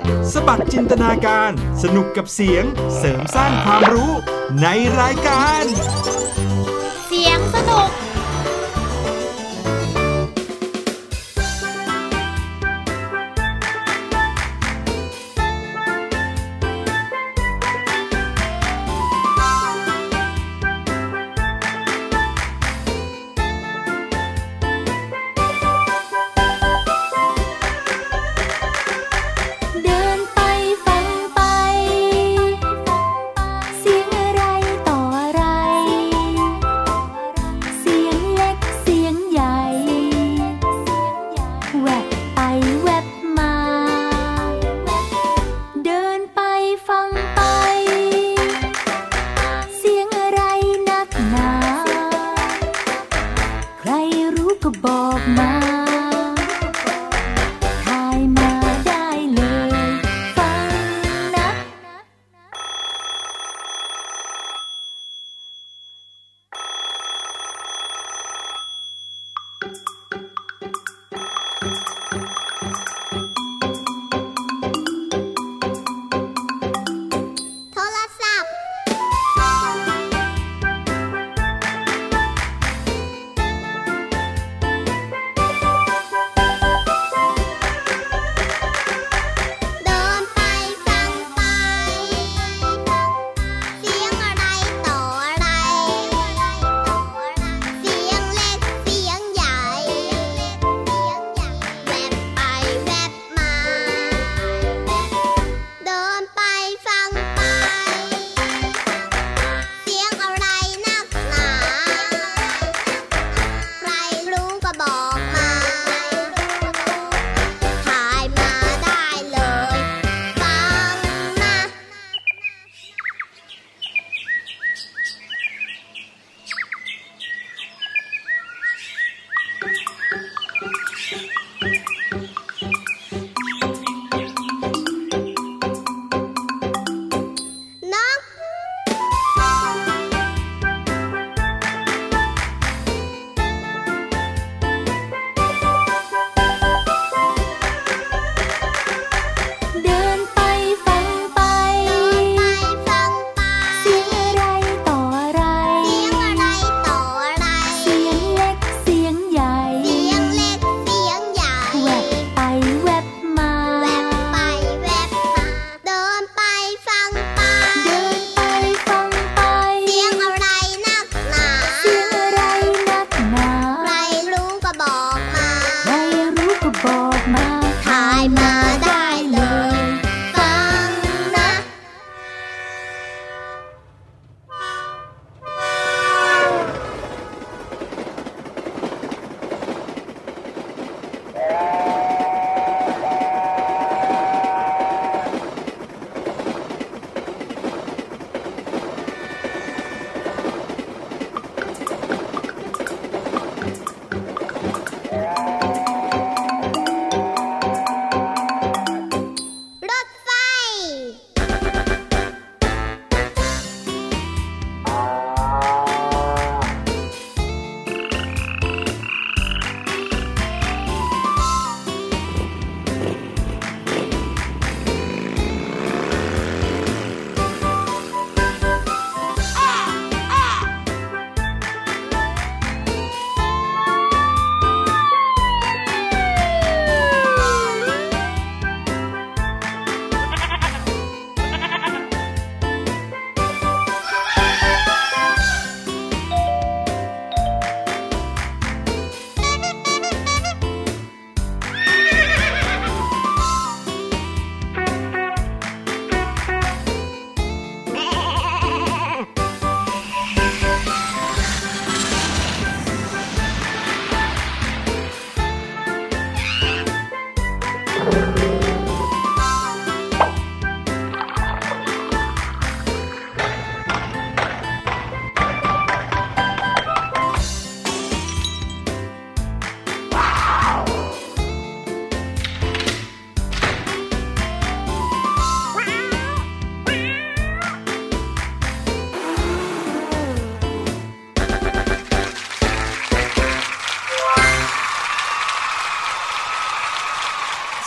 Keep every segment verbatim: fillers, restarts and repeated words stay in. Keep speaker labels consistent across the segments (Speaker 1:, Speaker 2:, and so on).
Speaker 1: สบัดจินตนาการสนุกกับเสียงเสริมสร้างความรู้ในรายการ
Speaker 2: เสียงสนุก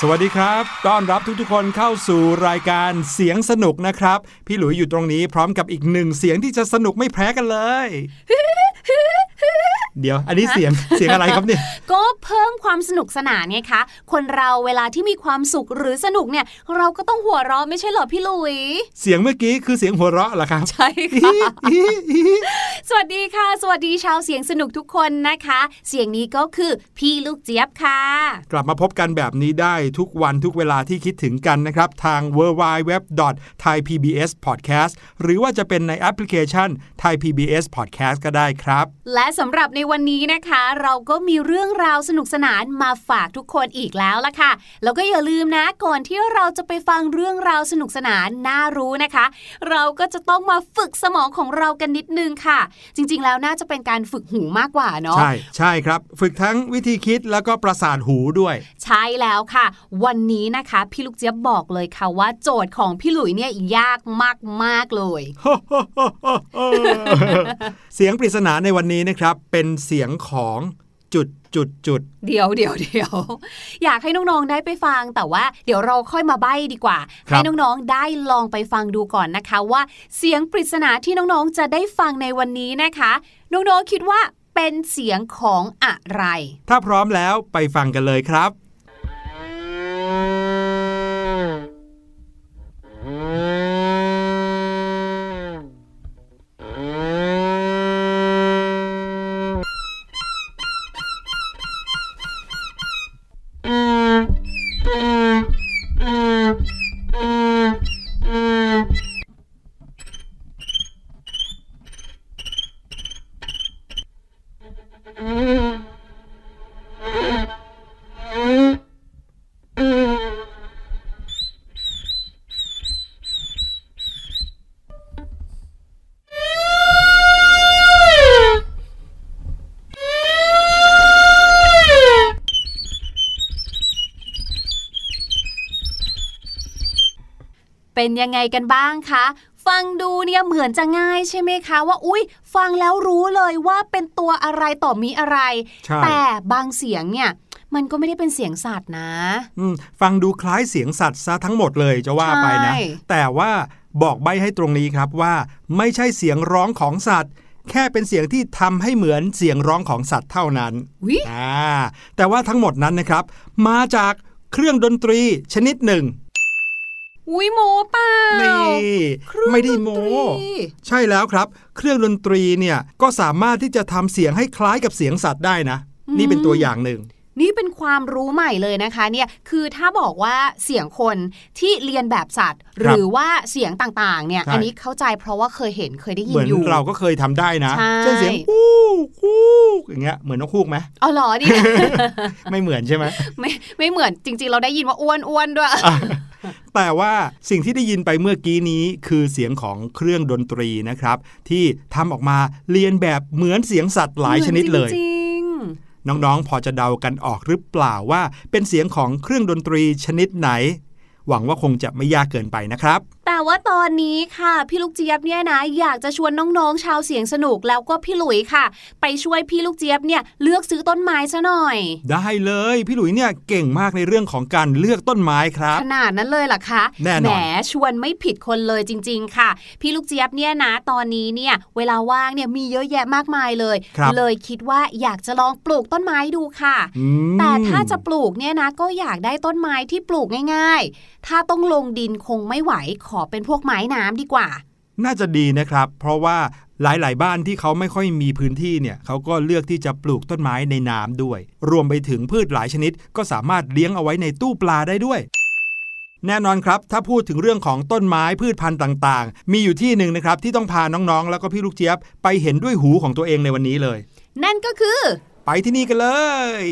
Speaker 1: สวัสดีครับต้อนรับทุกๆคนเข้าสู่รายการเสียงสนุกนะครับพี่หลุยอยู่ตรงนี้พร้อมกับอีกหนึ่งเสียงที่จะสนุกไม่แพ้กันเลย เดี๋ยวอันนี้เสียงเสียงอะไรครับเนี่ย
Speaker 2: ก็เพิ่มความสนุกสนานไงคะคนเราเวลาที่มีความสุขหรือสนุกเนี่ยเราก็ต้องหัวเราะไม่ใช่เหรอพี่หลุย
Speaker 1: เสียงเมื่อกี้คือเสียงหัวเราะเหรอครับ
Speaker 2: ใช่ค่ะสวัสดีค่ะสวัสดีชาวเสียงสนุกทุกคนนะคะเสียงนี้ก็คือพี่ลูกเจี๊ยบค่ะ
Speaker 1: กลับมาพบกันแบบนี้ได้ทุกวันทุกเวลาที่คิดถึงกันนะครับทาง ดับเบิลยู ดับเบิลยู ดับเบิลยู ดอท ไทย พี บี เอส พอดแคสต์ หรือว่าจะเป็นในแอปพลิเคชัน Thai พี บี เอส Podcast ก็ได้ครับ
Speaker 2: และสำหรับในวันนี้นะคะเราก็มีเรื่องราวสนุกสนานมาฝากทุกคนอีกแล้วล่ะค่ะแล้วก็อย่าลืมนะก่อนที่เราจะไปฟังเรื่องราวสนุกสนานน่ารู้นะคะเราก็จะต้องมาฝึกสมองของเรากันนิดนึงค่ะจริงๆแล้วน่าจะเป็นการฝึกหูมากกว่าเนาะ
Speaker 1: ใช่ใช่ครับฝึกทั้งวิธีคิดแล้วก็ประสาทหูด้วย
Speaker 2: ใช่แล้วค่ะวันนี้นะคะพี่ลูกเจี๊ยบบอกเลยค่ะว่าโจทย์ของพี่หลุยเนี่ยยากมากๆเลย
Speaker 1: เสียงปริศนาในวันนี้นะครับเป็นเสียงของจุดจุดจุด
Speaker 2: เดี๋ยวเดี๋ยวเดี๋ยวอยากให้น้องๆได้ไปฟังแต่ว่าเดี๋ยวเราค่อยมาใบ้ดีกว่าให้น้องๆได้ลองไปฟังดูก่อนนะคะว่าเสียงปริศนาที่น้องๆจะได้ฟังในวันนี้นะคะน้องๆคิดว่าเป็นเสียงของอะไร
Speaker 1: ถ้าพร้อมแล้วไปฟังกันเลยครับ
Speaker 2: เป็นยังไงกันบ้างคะฟังดูเนี่ยเหมือนจะง่ายใช่ไหมคะว่าอุ๊ยฟังแล้วรู้เลยว่าเป็นตัวอะไรต่อมีอะไรแต่บางเสียงเนี่ยมันก็ไม่ได้เป็นเสียงสัตว์นะ
Speaker 1: ฟังดูคล้ายเสียงสัตว์ซะทั้งหมดเลยจะว่าไปนะแต่ว่าบอกใบ้ให้ตรงนี้ครับว่าไม่ใช่เสียงร้องของสัตว์แค่เป็นเสียงที่ทำให้เหมือนเสียงร้องของสัตว์เท่านั้นอ่าแต่ว่าทั้งหมดนั้นนะครับมาจากเครื่องดนตรีชนิดหนึ่ง
Speaker 2: อุ้ยโมเปล่า
Speaker 1: นี่ไม่ได้โมใช่แล้วครับเครื่องดนตรีเนี่ยก็สามารถที่จะทำเสียงให้คล้ายกับเสียงสัตว์ได้นะนี่เป็นตัวอย่างหนึ่ง
Speaker 2: นี่เป็นความรู้ใหม่เลยนะคะเนี่ยคือถ้าบอกว่าเสียงคนที่เรียนแบบสัตว์หรือว่าเสียงต่างๆเนี่ยอันนี้เข้าใจเพราะว่าเคยเห็นเคยได้ยินอยู่
Speaker 1: เหมือนเราก็เคยทำได้นะเช่นเสียงฮู้ฮู้อย่างเงี้ยเหมือนนกฮูกไหม
Speaker 2: อ๋อเหรอดิ
Speaker 1: ไม่เหมือนใช่ไหม
Speaker 2: ไม่ไม่เหมือนจริงๆเราได้ยินว่าอ้วนอ้วนด้วย
Speaker 1: แต่ว่าสิ่งที่ได้ยินไปเมื่อกี้นี้คือเสียงของเครื่องดนตรีนะครับที่ทำออกมาเรียนแบบเหมือนเสียงสัตว์หลายชนิดเลยน้องๆพอจะเดากันออกหรือเปล่าว่าเป็นเสียงของเครื่องดนตรีชนิดไหนหวังว่าคงจะไม่ยากเกินไปนะครับ
Speaker 2: แต่ว่าตอนนี้ค่ะพี่ลูกเจี๊ยบเนี่ยนะอยากจะชวนน้องๆชาวเสียงสนุกแล้วก็พี่หลุยค่ะไปช่วยพี่ลูกเจี๊ยบเนี่ยเลือกซื้อต้นไม้ซะหน่อย
Speaker 1: ได้เลยพี่หลุยเนี่ยเก่งมากในเรื่องของการเลือกต้นไม้ครับ
Speaker 2: ขนาดนั้นเลยเหรอคะ
Speaker 1: แน่นอนแหม
Speaker 2: ชวนไม่ผิดคนเลยจริงๆค่ะพี่ลูกเจี๊ยบเนี่ยนะตอนนี้เนี่ยเวลาว่างเนี่ยมีเยอะแยะมากมายเลยเลยคิดว่าอยากจะลองปลูกต้นไม้ดูค่ะแต่ถ้าจะปลูกเนี่ยนะก็อยากได้ต้นไม้ที่ปลูกง่ายๆถ้าต้องลงดินคงไม่ไหวขอเป็นพวกไม้น้ำดีกว่า
Speaker 1: น่าจะดีนะครับเพราะว่าหลายๆบ้านที่เขาไม่ค่อยมีพื้นที่เนี่ยเขาก็เลือกที่จะปลูกต้นไม้ในน้ำด้วยรวมไปถึงพืชหลายชนิดก็สามารถเลี้ยงเอาไว้ในตู้ปลาได้ด้วยแน่นอนครับถ้าพูดถึงเรื่องของต้นไม้พืชพันธุ์ต่างๆมีอยู่ที่หนึ่งนะครับที่ต้องพาน้องๆแล้วก็พี่ลูกเจี๊ยบไปเห็นด้วยหูของตัวเองในวันนี้เลย
Speaker 2: นั่นก็คือ
Speaker 1: ไปที่นี่กันเลย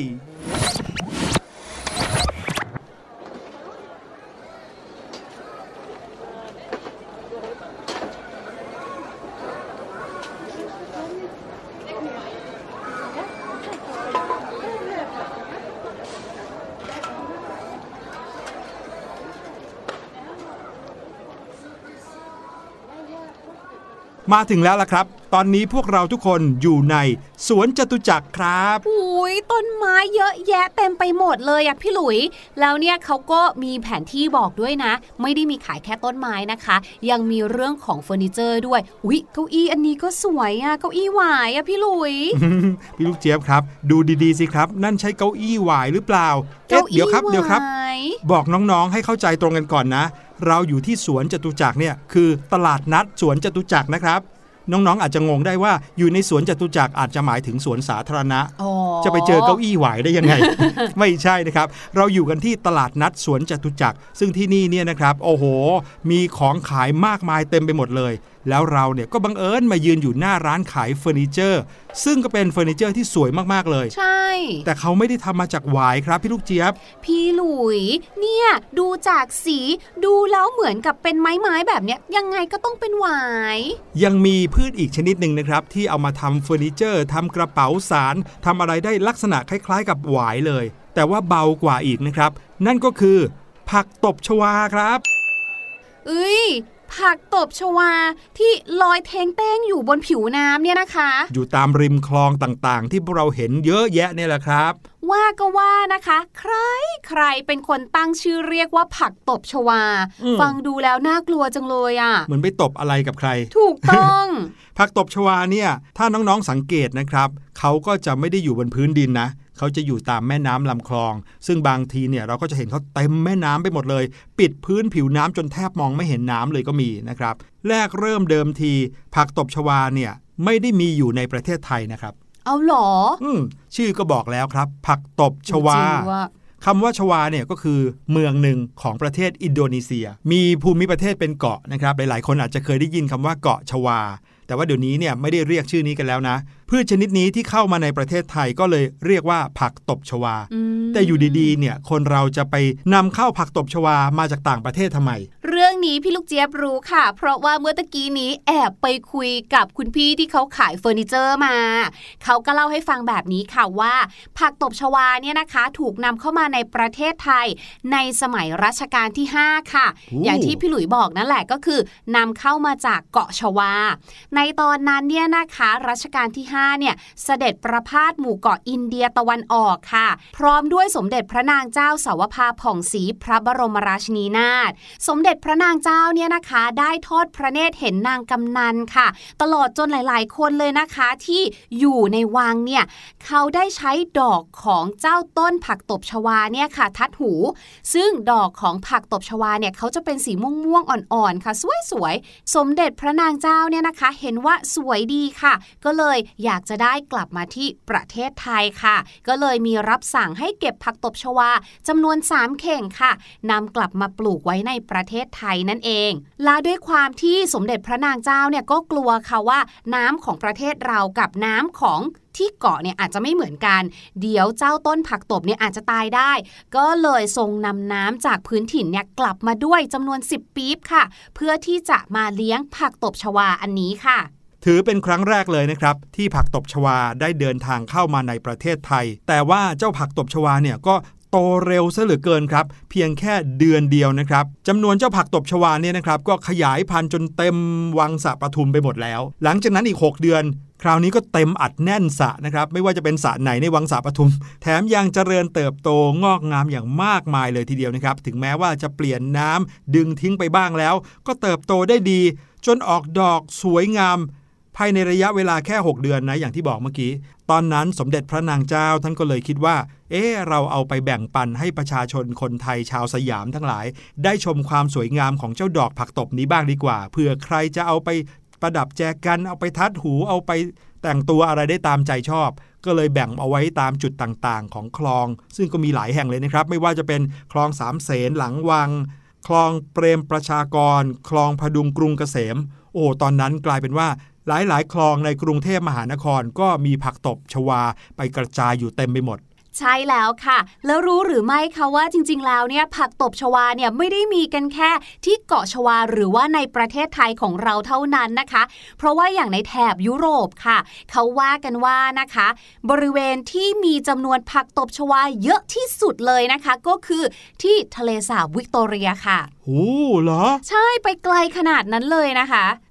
Speaker 1: มาถึงแล้วล่ะครับตอนนี้พวกเราทุกคนอยู่ในสวนจตุจักรครับ
Speaker 2: อุ้ยต้นไม้เยอะแยะเต็มไปหมดเลยอะพี่หลุยแล้วเนี่ยเขาก็มีแผนที่บอกด้วยนะไม่ได้มีขายแค่ต้นไม้นะคะยังมีเรื่องของเฟอร์นิเจอร์ด้วยอุ๊ยเก้าอี้อันนี้ก็สวยอะเก้าอี้หวายอะพี่หลุย
Speaker 1: พี่ลูกเจี๊ยบครับดูดีๆสิครับนั่นใช่เก้าอี้หวายหรือเปล่า
Speaker 2: เก้าอี้
Speaker 1: เดี๋ยวครับเดี๋ยวครับบอกน้องๆให้เข้าใจตรงกันก่อนนะเราอยู่ที่สวนจตุจักรเนี่ยคือตลาดนัดสวนจตุจักรนะครับน้องๆอาจจะงงได้ว่าอยู่ในสวนจตุจักรอาจจะหมายถึงสวนสาธารณะจะไปเจอเก้าอี้หวายได้ยังไง ไม่ใช่นะครับเราอยู่กันที่ตลาดนัดสวนจตุจักรซึ่งที่นี่เนี่ยนะครับโอ้โหมีของขายมากมายเต็มไปหมดเลยแล้วเราเนี่ยก็บังเอิญมายืนอยู่หน้าร้านขายเฟอร์นิเจอร์ซึ่งก็เป็นเฟอร์นิเจอร์ที่สวยมากๆเลย
Speaker 2: ใช่
Speaker 1: แต่เขาไม่ได้ทำมาจากหวายครับพี่ลูกเจี๊ยบ
Speaker 2: พี่หลุยเนี่ยดูจากสีดูแล้วเหมือนกับเป็นไม้ๆแบบเนี้ยยังไงก็ต้องเป็นหวาย
Speaker 1: ยังมีพืชอีกชนิดหนึ่งนะครับที่เอามาทำเฟอร์นิเจอร์ทำกระเป๋าสารทำอะไรได้ลักษณะคล้ายๆกับหวายเลยแต่ว่าเบากว่าอีกนะครับนั่นก็คือผักตบชวาครับ
Speaker 2: เอ้ยผักตบชวาที่ลอยเทงเต้งอยู่บนผิวน้ำเนี่ยนะคะ
Speaker 1: อยู่ตามริมคลองต่างๆที่พวกเราเห็นเยอะแยะเนี่ยแหละครับ
Speaker 2: ว่าก็ว่านะคะใครใครเป็นคนตั้งชื่อเรียกว่าผักตบชวาฟังดูแล้วน่ากลัวจังเลยอ่ะ
Speaker 1: เหมือนไปตบอะไรกับใคร
Speaker 2: ถูกต้อง
Speaker 1: ผักตบชวาเนี่ยถ้าน้องๆสังเกตนะครับเขาก็จะไม่ได้อยู่บนพื้นดินนะเขาจะอยู่ตามแม่น้ำลำคลองซึ่งบางทีเนี่ยเราก็จะเห็นเขาเต็มแม่น้ำไปหมดเลยปิดพื้นผิวน้ำจนแทบมองไม่เห็นน้ำเลยก็มีนะครับแรกเริ่มเดิมทีผักตบชวาเนี่ยไม่ได้มีอยู่ในประเทศไทยนะครับ
Speaker 2: เอาหรอ
Speaker 1: อืมชื่อก็บอกแล้วครับผักตบชวาคำว่าชวาเนี่ยก็คือเมืองหนึ่งของประเทศอินโดนีเซียมีภูมิประเทศเป็นเกาะนะครับหลายๆคนอาจจะเคยได้ยินคำว่าเกาะชวาแต่ว่าเดี๋ยวนี้เนี่ยไม่ได้เรียกชื่อนี้กันแล้วนะพืชชนิดนี้ที่เข้ามาในประเทศไทยก็เลยเรียกว่าผักตบชวาแต่อยู่ดีๆเนี่ยคนเราจะไปนำเข้าผักตบชวามาจากต่างประเทศทำไม
Speaker 2: เรื่องนี้พี่ลูกเจี๊ยบรู้ค่ะเพราะว่าเมื่อตะกี้นี้แอบไปคุยกับคุณพี่ที่เขาขายเฟอร์นิเจอร์มาเขาก็เล่าให้ฟังแบบนี้ค่ะว่าผักตบชวาเนี่ยนะคะถูกนำเข้ามาในประเทศไทยในสมัยรัชกาลที่ห้าค่ะ อ, อย่างที่พี่หลุยบอกนั่นแหละก็คือนำเข้ามาจากเกาะชวาในตอนนั้นเนี่ยนะคะรัชกาลที่ห้าเนี่ยเสด็จประพาสหมู่เกาะอินเดียตะวันออกค่ะพร้อมด้วยสมเด็จพระนางเจ้าสาวภาผ่องศรีพระบรมราชินีนาถสมเด็จพระนางเจ้าเนี่ยนะคะได้ทอดพระเนตรเห็นนางกำนันค่ะตลอดจนหลายๆคนเลยนะคะที่อยู่ในวังเนี่ยเขาได้ใช้ดอกของเจ้าต้นผักตบชวาเนี่ยค่ะทัดหูซึ่งดอกของผักตบชวาเนี่ยเขาจะเป็นสีม่วงๆอ่อนๆค่ะสวยๆสมเด็จพระนางเจ้าเนี่ยนะคะเห็นว่าสวยดีค่ะก็เลยอยากจะได้กลับมาที่ประเทศไทยค่ะก็เลยมีรับสั่งให้เก็บผักตบชวาจำนวนสามเข่งค่ะนำกลับมาปลูกไว้ในประเทศไทยนั่นเองและด้วยความที่สมเด็จพระนางเจ้าเนี่ยก็กลัวค่ะว่าน้ำของประเทศเรากับน้ำของที่เกาะเนี่ยอาจจะไม่เหมือนกันเดี๋ยวเจ้าต้นผักตบเนี่ยอาจจะตายได้ก็เลยทรงนำน้ำจากพื้นถิ่นเนี่ยกลับมาด้วยจำนวนสิบปี๊บค่ะเพื่อที่จะมาเลี้ยงผักตบชวาอันนี้ค่ะ
Speaker 1: ถือเป็นครั้งแรกเลยนะครับที่ผักตบชวาได้เดินทางเข้ามาในประเทศไทยแต่ว่าเจ้าผักตบชวาเนี่ยก็โตเร็วซะเหลือเกินครับเพียงแค่เดือนเดียวนะครับจำนวนเจ้าผักตบชวาเนี่ยนะครับก็ขยายพันธุ์จนเต็มวังสระปทุมไปหมดแล้วหลังจากนั้นอีกหกเดือนคราวนี้ก็เต็มอัดแน่นสระนะครับไม่ว่าจะเป็นสระไหนในวังสระปทุมแถมยังเจริญเติบโตงอกงามอย่างมากมายเลยทีเดียวนะครับถึงแม้ว่าจะเปลี่ยนน้ำดึงทิ้งไปบ้างแล้วก็เติบโตได้ดีจนออกดอกสวยงามภายในระยะเวลาแค่หกเดือนนะอย่างที่บอกเมื่อกี้ตอนนั้นสมเด็จพระนางเจ้าท่านก็เลยคิดว่าเอ๊ะเราเอาไปแบ่งปันให้ประชาชนคนไทยชาวสยามทั้งหลายได้ชมความสวยงามของเจ้าดอกผักตบนี้บ้างดีกว่าเผื่อใครจะเอาไปประดับแจกันเอาไปทัดหูเอาไปแต่งตัวอะไรได้ตามใจชอบก็เลยแบ่งเอาไว้ตามจุดต่างๆของคลองซึ่งก็มีหลายแห่งเลยนะครับไม่ว่าจะเป็นคลองสามเสนหลังวังคลองเปรมประชากรคลองพดุงกรุงเกษมโอ้ตอนนั้นกลายเป็นว่าหลายๆคลองในกรุงเทพมหานครก็มีผักตบชวาไปกระจายอยู่เต็มไปหมด
Speaker 2: ใช่แล้วค่ะแล้วรู้หรือไม่คะว่าจริงๆแล้วเนี่ยผักตบชวาเนี่ยไม่ได้มีกันแค่ที่เกาะชวาหรือว่าในประเทศไทยของเราเท่านั้นนะคะเพราะว่าอย่างในแถบยุโรปค่ะเขาว่ากันว่านะคะบริเวณที่มีจำนวนผักตบชวาเยอะที่สุดเลยนะคะก็คือที่ทะเลสาบวิกตอเรียค่ะ
Speaker 1: โอ้เหรอ
Speaker 2: ใช่ไปไกลขนาดนั้นเลยนะคะ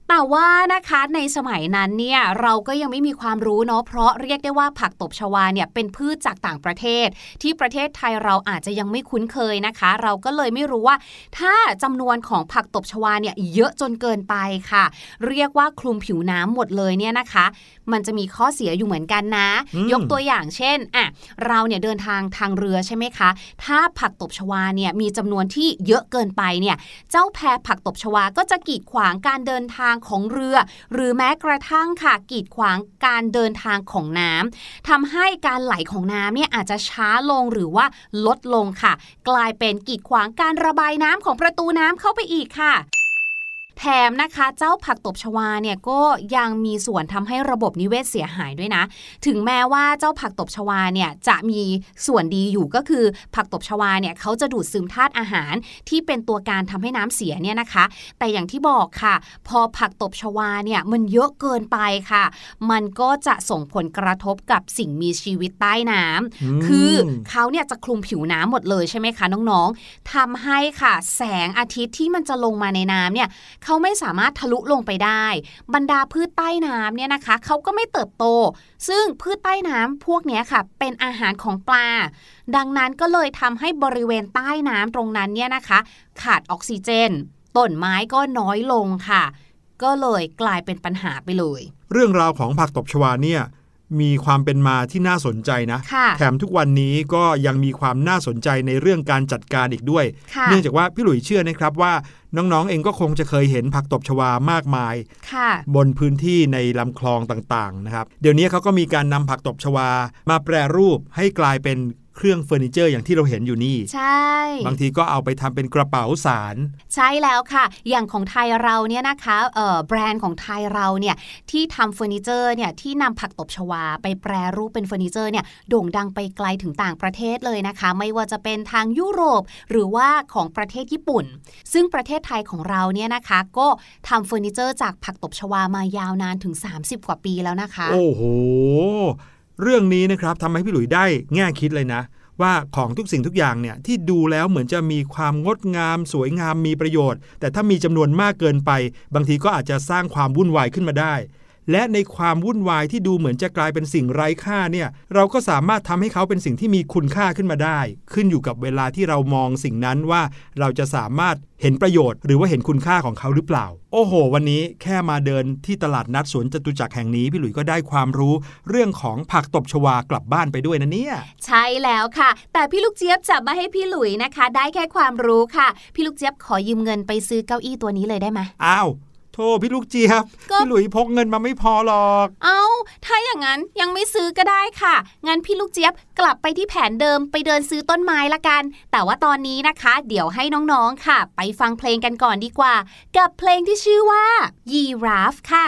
Speaker 2: แต่ว่านะคะในสมัยนั้นเนี่ยเราก็ยังไม่มีความรู้เนาะเพราะเรียกได้ว่าผักตบชวาเนี่ยเป็นพืชจากต่างประเทศที่ประเทศไทยเราอาจจะยังไม่คุ้นเคยนะคะเราก็เลยไม่รู้ว่าถ้าจำนวนของผักตบชวาเนี่ยเยอะจนเกินไปค่ะเรียกว่าคลุมผิวน้ำหมดเลยเนี่ยนะคะมันจะมีข้อเสียอยู่เหมือนกันนะยกตัวอย่างเช่นอ่ะเราเนี่ยเดินทางทางเรือใช่ไหมคะถ้าผักตบชวาเนี่ยมีจำนวนที่เยอะเกินไปเนี่ยเจ้าแพผักตบชวาก็จะกีดขวางการเดินทางของเรือหรือแม้กระทั่งค่ะกีดขวางการเดินทางของน้ำทำให้การไหลของน้ำเนี่ยอาจจะช้าลงหรือว่าลดลงค่ะกลายเป็นกีดขวางการระบายน้ำของประตูน้ำเข้าไปอีกค่ะแถมนะคะเจ้าผักตบชวาเนี่ยก็ยังมีส่วนทำให้ระบบนิเวศเสียหายด้วยนะถึงแม้ว่าเจ้าผักตบชวาเนี่ยจะมีส่วนดีอยู่ก็คือผักตบชวาเนี่ยเขาจะดูดซึมธาตุอาหารที่เป็นตัวการทำให้น้ำเสียเนี่ยนะคะแต่อย่างที่บอกค่ะพอผักตบชวาเนี่ยมันเยอะเกินไปค่ะมันก็จะส่งผลกระทบกับสิ่งมีชีวิตใต้น้ำคือเขาเนี่ยจะคลุมผิวน้ำหมดเลยใช่ไหมคะน้องๆทำให้ค่ะแสงอาทิตย์ที่มันจะลงมาในน้ำเนี่ยเขาไม่สามารถทะลุลงไปได้บรรดาพืชใต้น้ำเนี่ยนะคะเขาก็ไม่เติบโตซึ่งพืชใต้น้ำพวกนี้ค่ะเป็นอาหารของปลาดังนั้นก็เลยทำให้บริเวณใต้น้ำตรงนั้นเนี่ยนะคะขาดออกซิเจนต้นไม้ก็น้อยลงค่ะก็เลยกลายเป็นปัญหาไปเลย
Speaker 1: เรื่องราวของผักตบชวาเนี่ยมีความเป็นมาที่น่าสนใจนะแถมทุกวันนี้ก็ยังมีความน่าสนใจในเรื่องการจัดการอีกด้วยเนื่องจากว่าพี่หลุยเชื่อนะครับว่าน้องๆเองก็คงจะเคยเห็นผักตบชวามากมายบนพื้นที่ในลำคลองต่างๆนะครับเดี๋ยวนี้เขาก็มีการนำผักตบชวามาแปรรูปให้กลายเป็นเครื่องเฟอร์นิเจอร์อย่างที่เราเห็นอยู่นี่
Speaker 2: ใช่
Speaker 1: บางทีก็เอาไปทำเป็นกระเป๋าสาร
Speaker 2: ใช่แล้วค่ะอย่างของไทยเราเนี่ยนะคะเอ่อแบรนด์ของไทยเราเนี่ยที่ทำเฟอร์นิเจอร์เนี่ยที่นำผักตบชวาไปแปรรูปเป็นเฟอร์นิเจอร์เนี่ยโด่งดังไปไกลถึงต่างประเทศเลยนะคะไม่ว่าจะเป็นทางยุโรปหรือว่าของประเทศญี่ปุ่นซึ่งประเทศไทยของเราเนี่ยนะคะก็ทำเฟอร์นิเจอร์จากผักตบชวามายาวนานถึงสามสิบกว่าปีแล้วนะคะ
Speaker 1: โอ้โหเรื่องนี้นะครับทำให้พี่หลุยได้แง่คิดเลยนะว่าของทุกสิ่งทุกอย่างเนี่ยที่ดูแล้วเหมือนจะมีความงดงามสวยงามมีประโยชน์แต่ถ้ามีจำนวนมากเกินไปบางทีก็อาจจะสร้างความวุ่นวายขึ้นมาได้และในความวุ่นวายที่ดูเหมือนจะกลายเป็นสิ่งไร้ค่าเนี่ยเราก็สามารถทำให้เขาเป็นสิ่งที่มีคุณค่าขึ้นมาได้ขึ้นอยู่กับเวลาที่เรามองสิ่งนั้นว่าเราจะสามารถเห็นประโยชน์หรือว่าเห็นคุณค่าของเขาหรือเปล่าโอ้โหวันนี้แค่มาเดินที่ตลาดนัดสวนจตุจักรแห่งนี้พี่หลุยก็ได้ความรู้เรื่องของผักตบชวากลับบ้านไปด้วยนะเนี่ย
Speaker 2: ใช่แล้วค่ะแต่พี่ลูกเจี๊ยบจะมาให้พี่หลุยนะคะได้แค่ความรู้ค่ะพี่ลูกเจี๊ยบขอยืมเงินไปซื้อเก้าอี้ตัวนี้เลยได้ไหม
Speaker 1: อ้าวโธ่พี่ลูกเจี๊ยบพี่หลุยพกเงินมาไม่พอหรอก
Speaker 2: เอ้าถ้าอย่างนั้นยังไม่ซื้อก็ได้ค่ะงั้นพี่ลูกเจี๊ยบกลับไปที่แผนเดิมไปเดินซื้อต้นไม้ละกันแต่ว่าตอนนี้นะคะเดี๋ยวให้น้องๆค่ะไปฟังเพลงกันก่อนดีกว่ากับเพลงที่ชื่อว่า Giraffe ค่ะ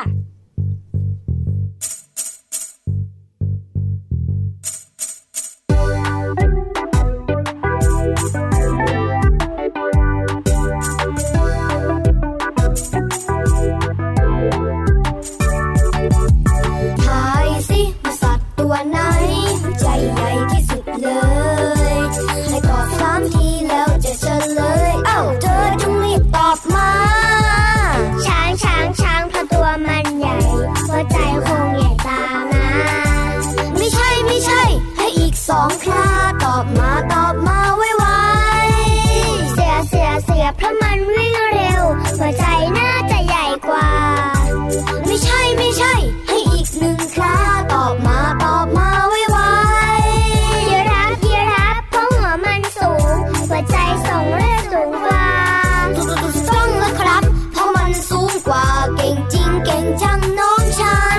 Speaker 3: ไหนใจใหญ่ที่สุดเลยให้ตอบสามทีแล้วจะเฉลยเอ้าเธอจงรีบตอบมาช้างช้างช้างเพราะตัวมันใหญ่หัวใจคงใหญ่ตามนะไม่ใช่ไม่ใช่ให้อีกสองคราตอบมาตอบมาไวๆเสียเสียเสียเพราะมันวิ่งเร็วหัวใจน่าจะใหญ่กว่าไม่ใช่ไม่ใช่ให้อีกหนึ่งคราตอบมาตอบมาไวๆยีราฟยีราฟเพราะหัวมันสูงหัวใจส่งเลือดสูงกว่าต้องแล้วครับเพราะมันสูงกว่าเก่งจริงเก่งจังน้องฉัน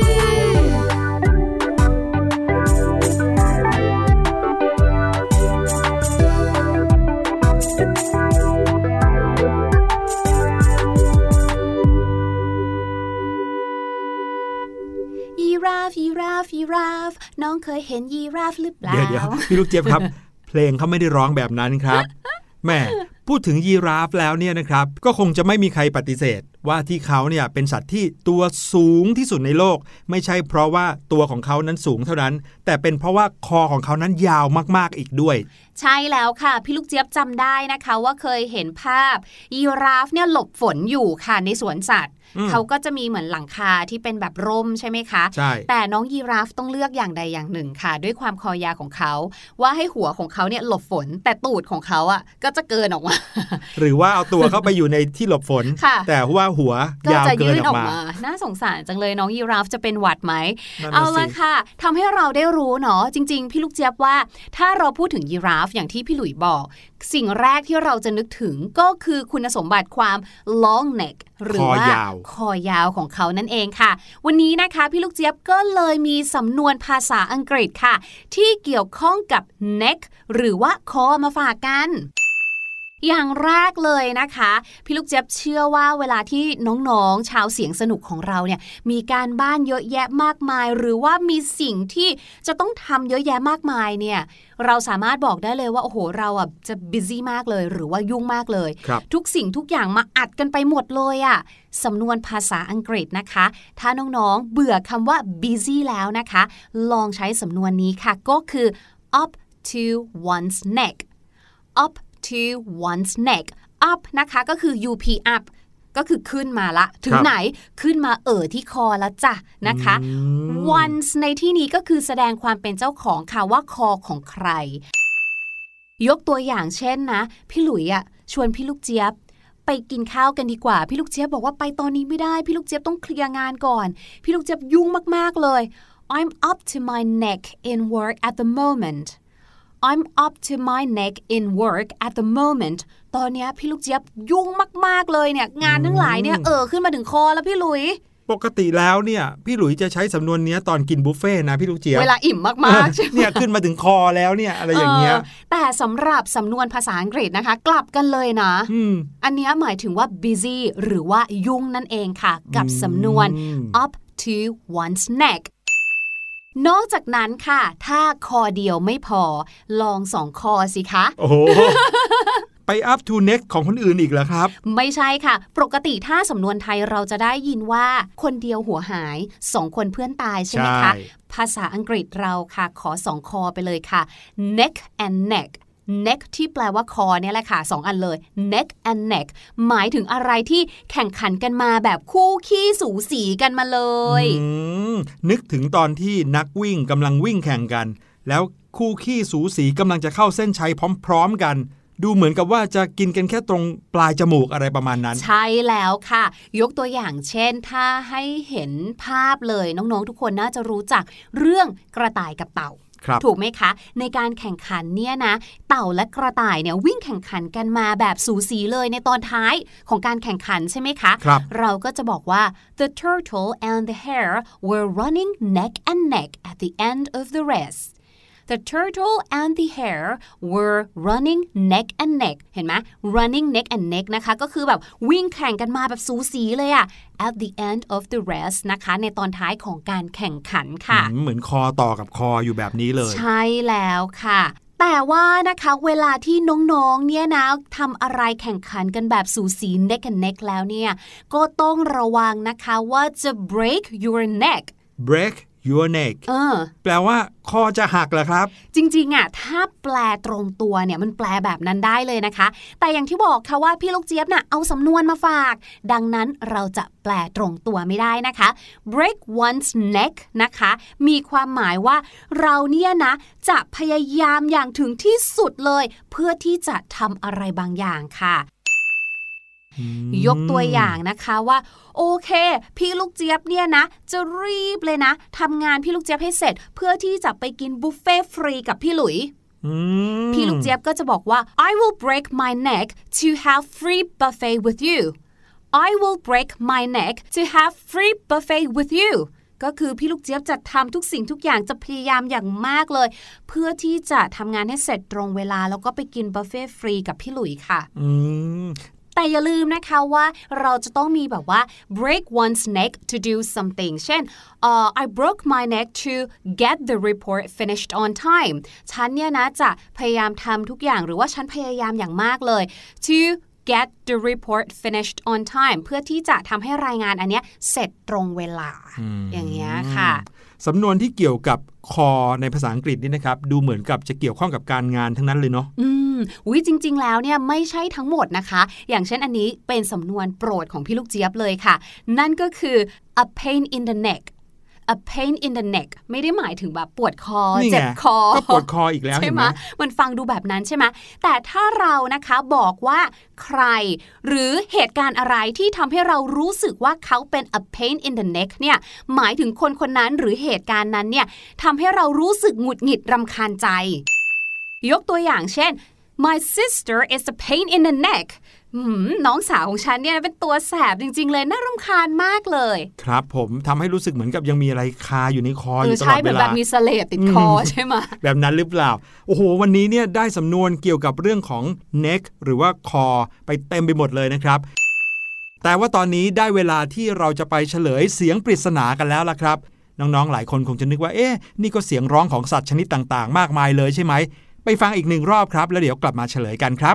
Speaker 2: ยีราฟยีราฟยีราฟน้องเคยเห็นยีราฟหรือเปล่า
Speaker 1: เดี๋ยวๆพี่ลูกเจี๊ยบครับ เพลงเขาไม่ได้ร้องแบบนั้นครับแม่พูดถึงยีราฟแล้วเนี่ยนะครับก็คงจะไม่มีใครปฏิเสธว่าที่เขาเนี่ยเป็นสัตว์ที่ตัวสูงที่สุดในโลกไม่ใช่เพราะว่าตัวของเขานั้นสูงเท่านั้นแต่เป็นเพราะว่าคอของเขานั้นยาวมากๆอีกด้วย
Speaker 2: ใช่แล้วค่ะพี่ลูกเจี๊ยบจำได้นะคะว่าเคยเห็นภาพยีราฟเนี่ยหลบฝนอยู่ค่ะในสวนสัตว์เขาก็จะมีเหมือนหลังคาที่เป็นแบบร่มใช่ไหมคะ
Speaker 1: ใช่
Speaker 2: แต่น้องยีราฟต้องเลือกอย่างใดอย่างหนึ่งค่ะด้วยความคอยาวของเขาว่าให้หัวของเขาเนี่ยหลบฝนแต่ตูดของเขาอ่ะก็จะเกินออกมา
Speaker 1: หรือว่าเอาตัวเข้าไปอยู่ในที่หลบฝน แต่ว่าหัวยาวเกินออกมา
Speaker 2: น่าสงสารจังเลยน้องยีราฟจะเป็นหวัดไหมเอาละค่ะทำให้เราได้รู้เนาะจริงๆพี่ลูกเจี๊ยบว่าถ้าเราพูดถึงยีราฟอย่างที่พี่หลุยบอกสิ่งแรกที่เราจะนึกถึงก็คือคุณสมบัติความ long neck หรือว่าคอยาวของเขานั่นเองค่ะวันนี้นะคะพี่ลูกเจี๊ยบก็เลยมีสำนวนภาษาอังกฤษค่ะที่เกี่ยวข้องกับ neck หรือว่าคอมาฝากกันอย่างแรกเลยนะคะพี่ลูกเจี๊ยบเชื่อว่าเวลาที่น้องๆชาวเสียงสนุกของเราเนี่ยมีการบ้านเยอะแยะมากมายหรือว่ามีสิ่งที่จะต้องทำเยอะแยะมากมายเนี่ยเราสามารถบอกได้เลยว่าโอ้โหเราอ่ะจะ busy มากเลยหรือว่ายุ่งมากเลยทุกสิ่งทุกอย่างมาอัดกันไปหมดเลยอ่ะสำนวนภาษาอังกฤษนะคะถ้าน้องๆเบื่อคำว่า busy แล้วนะคะลองใช้สำนวนนี้ค่ะก็คือ up to one's neck up to one's neck up นะคะก็คือ up up ก็คือขึ้นมาละถึงไหนขึ้นมาเอ่อที่คอแล้วจ้ะนะคะ one's ในที่นี้ก็คือแสดงความเป็นเจ้าของค่ะว่าคอของใครยกตัวอย่างเช่นนะพี่หลุยอ่ะชวนพี่ลูกเจี๊ยบไปกินข้าวกันดีกว่าพี่ลูกเจี๊ยบบอกว่าไปตอนนี้ไม่ได้พี่ลูกเจี๊ยบต้องเคลียร์งานก่อนพี่ลูกเจี๊ยบยุ่งมากๆเลย I'm up to my neck in work at the moment I'm up to my neck in work at the moment ตอนนี้พี่ลูกเจี๊ยบยุ่งมากๆเลยเนี่ยงานทั้งหลายเนี่ยเออขึ้นมาถึงคอแล้วพี่หลุย
Speaker 1: ปกติแล้วเนี่ยพี่หลุยจะใช้สำนวนนี้ตอนกินบุฟเฟ่นะพี่ลูกเจี๊ยบ
Speaker 2: เวลาอิ่มมากๆใช่ไหม
Speaker 1: เนี่ยขึ้นมาถึงคอแล้วเนี่ยอะไรอย่างเงี้ย
Speaker 2: แต่สำหรับสำนวนภาษาอังกฤษนะคะกลับกันเลยนะ อ, อันนี้หมายถึงว่า busy หรือว่ายุ่งนั่นเองค่ะกับสำนวน up to one's neckนอกจากนั้นค่ะถ้าคอเดียวไม่พอลองสองคอสิคะ
Speaker 1: โอ้โห ไป up to neck ของคนอื่นอีกเหรอครับ
Speaker 2: ไม่ใช่ค่ะปกติถ้าสำนวนไทยเราจะได้ยินว่าคนเดียวหัวหายสองคนเพื่อนตายใช่ไหมคะภาษาอังกฤษเราค่ะขอสองคอไปเลยค่ะ neck and neck neck ที่แปลว่าคอเนี่ยแหละค่ะสองอันเลย neck and neck หมายถึงอะไรที่แข่งขันกันมาแบบคู่ขี้สูสีกันมาเลย
Speaker 1: นึกถึงตอนที่นักวิ่งกำลังวิ่งแข่งกันแล้วคู่ขี้สูสีกำลังจะเข้าเส้นชัยพร้อมๆกันดูเหมือนกับว่าจะกินกันแค่ตรงปลายจมูกอะไรประมาณนั้น
Speaker 2: ใช่แล้วค่ะยกตัวอย่างเช่นถ้าให้เห็นภาพเลยน้องๆทุกคนน่าจะรู้จักเรื่องกระต่ายกับเต่าถูกไหมคะในการแข่งขันเนี่ยนะเต่าและกระต่ายเนี่ยวิ่งแข่งขันกันมาแบบสูสีเลยในตอนท้ายของการแข่งขันใช่ไหมคะ
Speaker 1: ครับ
Speaker 2: เราก็จะบอกว่า the turtle and the hare were running neck and neck at the end of the race The turtle and the hare were running neck and neck เห็นไหม running neck and neck นะคะก็คือแบบวิ่งแข่งกันมาแบบสูสีเลยอะ at the end of the race นะคะในตอนท้ายของการแข่งขันค่ะ
Speaker 1: เหมือนคอต่อกับคออยู่แบบนี้เลย
Speaker 2: ใช่แล้วค่ะแต่ว่านะคะเวลาที่น้องๆเนี่ยนะทำอะไรแข่งขันกันแบบสูสี neck and neck แล้วเนี่ยก็ต้องระวังนะคะว่าจะ break your neck
Speaker 1: break your neck
Speaker 2: เออ
Speaker 1: แปลว่าคอจะหักเหรอครับ
Speaker 2: จริงๆอ่ะถ้าแปลตรงตัวเนี่ยมันแปลแบบนั้นได้เลยนะคะแต่อย่างที่บอกค่ะว่าพี่ลูกเจี๊ยบน่ะเอาสำนวนมาฝากดังนั้นเราจะแปลตรงตัวไม่ได้นะคะ break one's neck นะคะมีความหมายว่าเราเนี่ยนะจะพยายามอย่างถึงที่สุดเลยเพื่อที่จะทำอะไรบางอย่างค่ะยกตัวอย่างนะคะว่าโอเคพี่ลูกเจี๊ยบเนี่ยนะจะรีบเลยนะทำงานพี่ลูกเจี๊ยบให้เสร็จเพื่อที่จะไปกินบุฟเฟ่ฟรีกับพี่หลุยพี่ลูกเจี๊ยบก็จะบอกว่า I will break my neck to have free buffet with you I will break my neck to have free buffet with you ก็คือพี่ลูกเจี๊ยบจะทำทุกสิ่งทุกอย่างจะพยายามอย่างมากเลยเพื่อที่จะทำงานให้เสร็จตรงเวลาแล้วก็ไปกินบุฟเฟ่ฟรีกับพี่หลุยค่ะแต่อย่าลืมนะคะว่าเราจะต้องมีแบบว่า break one's neck to do something เช่น uh, I broke my neck to get the report finished on time ฉันเนี่ยนะจะพยายามทำทุกอย่างหรือว่าฉันพยายามอย่างมากเลย to get the report finished on time เพื่อที่จะทำให้รายงานอันเนี้ยเสร็จตรงเวลา อ, อย่างเงี้ยค่ะ
Speaker 1: สำนวนที่เกี่ยวกับ core ในภาษาอังกฤษนี่นะครับดูเหมือนกับจะเกี่ยวข้องกับการงานทั้งนั้นเลยเนาะ
Speaker 2: อืมอุ๊ยจริงๆแล้วเนี่ยไม่ใช่ทั้งหมดนะคะอย่างเช่นอันนี้เป็นสำนวนโปรดของพี่ลูกเจี๊ยบเลยค่ะนั่นก็คือ a pain in the neck a pain in the neck ไม่ได้หมายถึงแบบปวดคอเจ็บคอ
Speaker 1: ก็ปวดคออีกแล้วใช่ไหม
Speaker 2: มันฟังดูแบบนั้นใช่ไหมแต่ถ้าเรานะคะบอกว่าใครหรือเหตุการณ์อะไรที่ทำให้เรารู้สึกว่าเขาเป็น a pain in the neck เนี่ยหมายถึงคนคนนั้นหรือเหตุการณ์นั้นเนี่ยทำให้เรารู้สึกหงุดหงิดรำคาญใจยกตัวอย่างเช่น my sister is a pain in the neckน้องสาวของฉันเนี่ยเป็นตัวแสบจริงๆเลยน่ารำคาญมากเลย
Speaker 1: ครับผมทำให้รู้สึกเหมือนกับยังมีอะไรคาอยู่ในคออยู่ตลอดเวลา
Speaker 2: ใช่เหมือนแบบมีเสลดติดคอใช่ไหม
Speaker 1: แบบนั้นหรือเปล่าโอ้โหวันนี้เนี่ยได้สำนวนเกี่ยวกับเรื่องของ neck หรือว่าคอไปเต็มไปหมดเลยนะครับแต่ว่าตอนนี้ได้เวลาที่เราจะไปเฉลยเสียงปริศนากันแล้วล่ะครับน้องๆหลายคนคงจะนึกว่าเอ๊ะนี่ก็เสียงร้องของสัตว์ชนิดต่างๆมากมายเลยใช่ไหมไปฟังอีกหนึ่งรอบครับแล้วเดี๋ยวกลับมาเฉลยกันครับ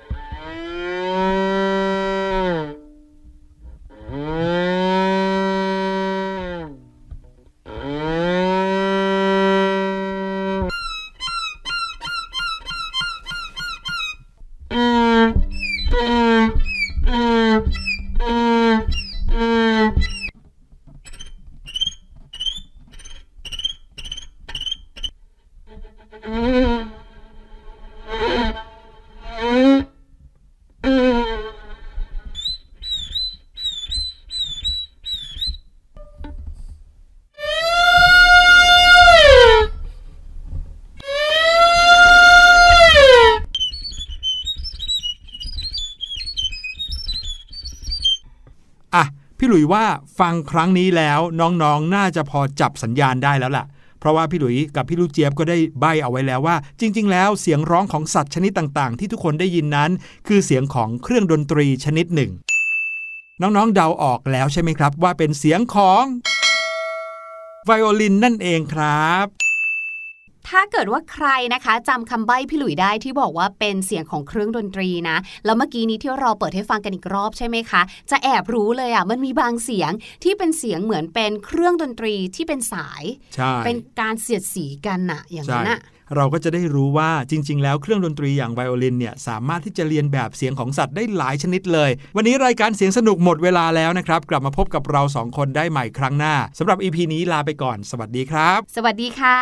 Speaker 1: พี่หลุยว่าฟังครั้งนี้แล้วน้องๆน่าจะพอจับสัญญาณได้แล้วล่ะเพราะว่าพี่หลุยกับพี่ลูกเจี๊ยบก็ได้ใบ้เอาไว้แล้วว่าจริงๆแล้วเสียงร้องของสัตว์ชนิดต่างๆที่ทุกคนได้ยินนั้นคือเสียงของเครื่องดนตรีชนิดหนึ่งน้องๆเดาออกแล้วใช่ไหมครับว่าเป็นเสียงของไวโอลินนั่นเองครับ
Speaker 2: ถ้าเกิดว่าใครนะคะจำคำใบ้พี่หลุยได้ที่บอกว่าเป็นเสียงของเครื่องดนตรีนะแล้วเมื่อกี้นี้ที่เราเปิดให้ฟังกันอีกรอบใช่ไหมคะจะแอบรู้เลยอ่ะมันมีบางเสียงที่เป็นเสียงเหมือนเป็นเครื่องดนตรีที่เป็นสายเป็นการเสียดสีกันน่ะอย่างนั้นน่ะ
Speaker 1: เราก็จะได้รู้ว่าจริงๆแล้วเครื่องดนตรีอย่างไวโอลินเนี่ยสามารถที่จะเรียนแบบเสียงของสัตว์ได้หลายชนิดเลยวันนี้รายการเสียงสนุกหมดเวลาแล้วนะครับกลับมาพบกับเราสองคนได้ใหม่ครั้งหน้าสำหรับ อี พี นี้ลาไปก่อนสวัสดีครับ
Speaker 2: สวัสดีค่ะ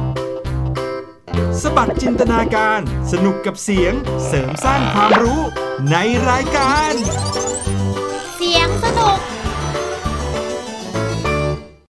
Speaker 1: สบัดจินตนาการสนุกกับเสียงเสริมสร้างความรู้ในรายการ
Speaker 3: เสียงสนุก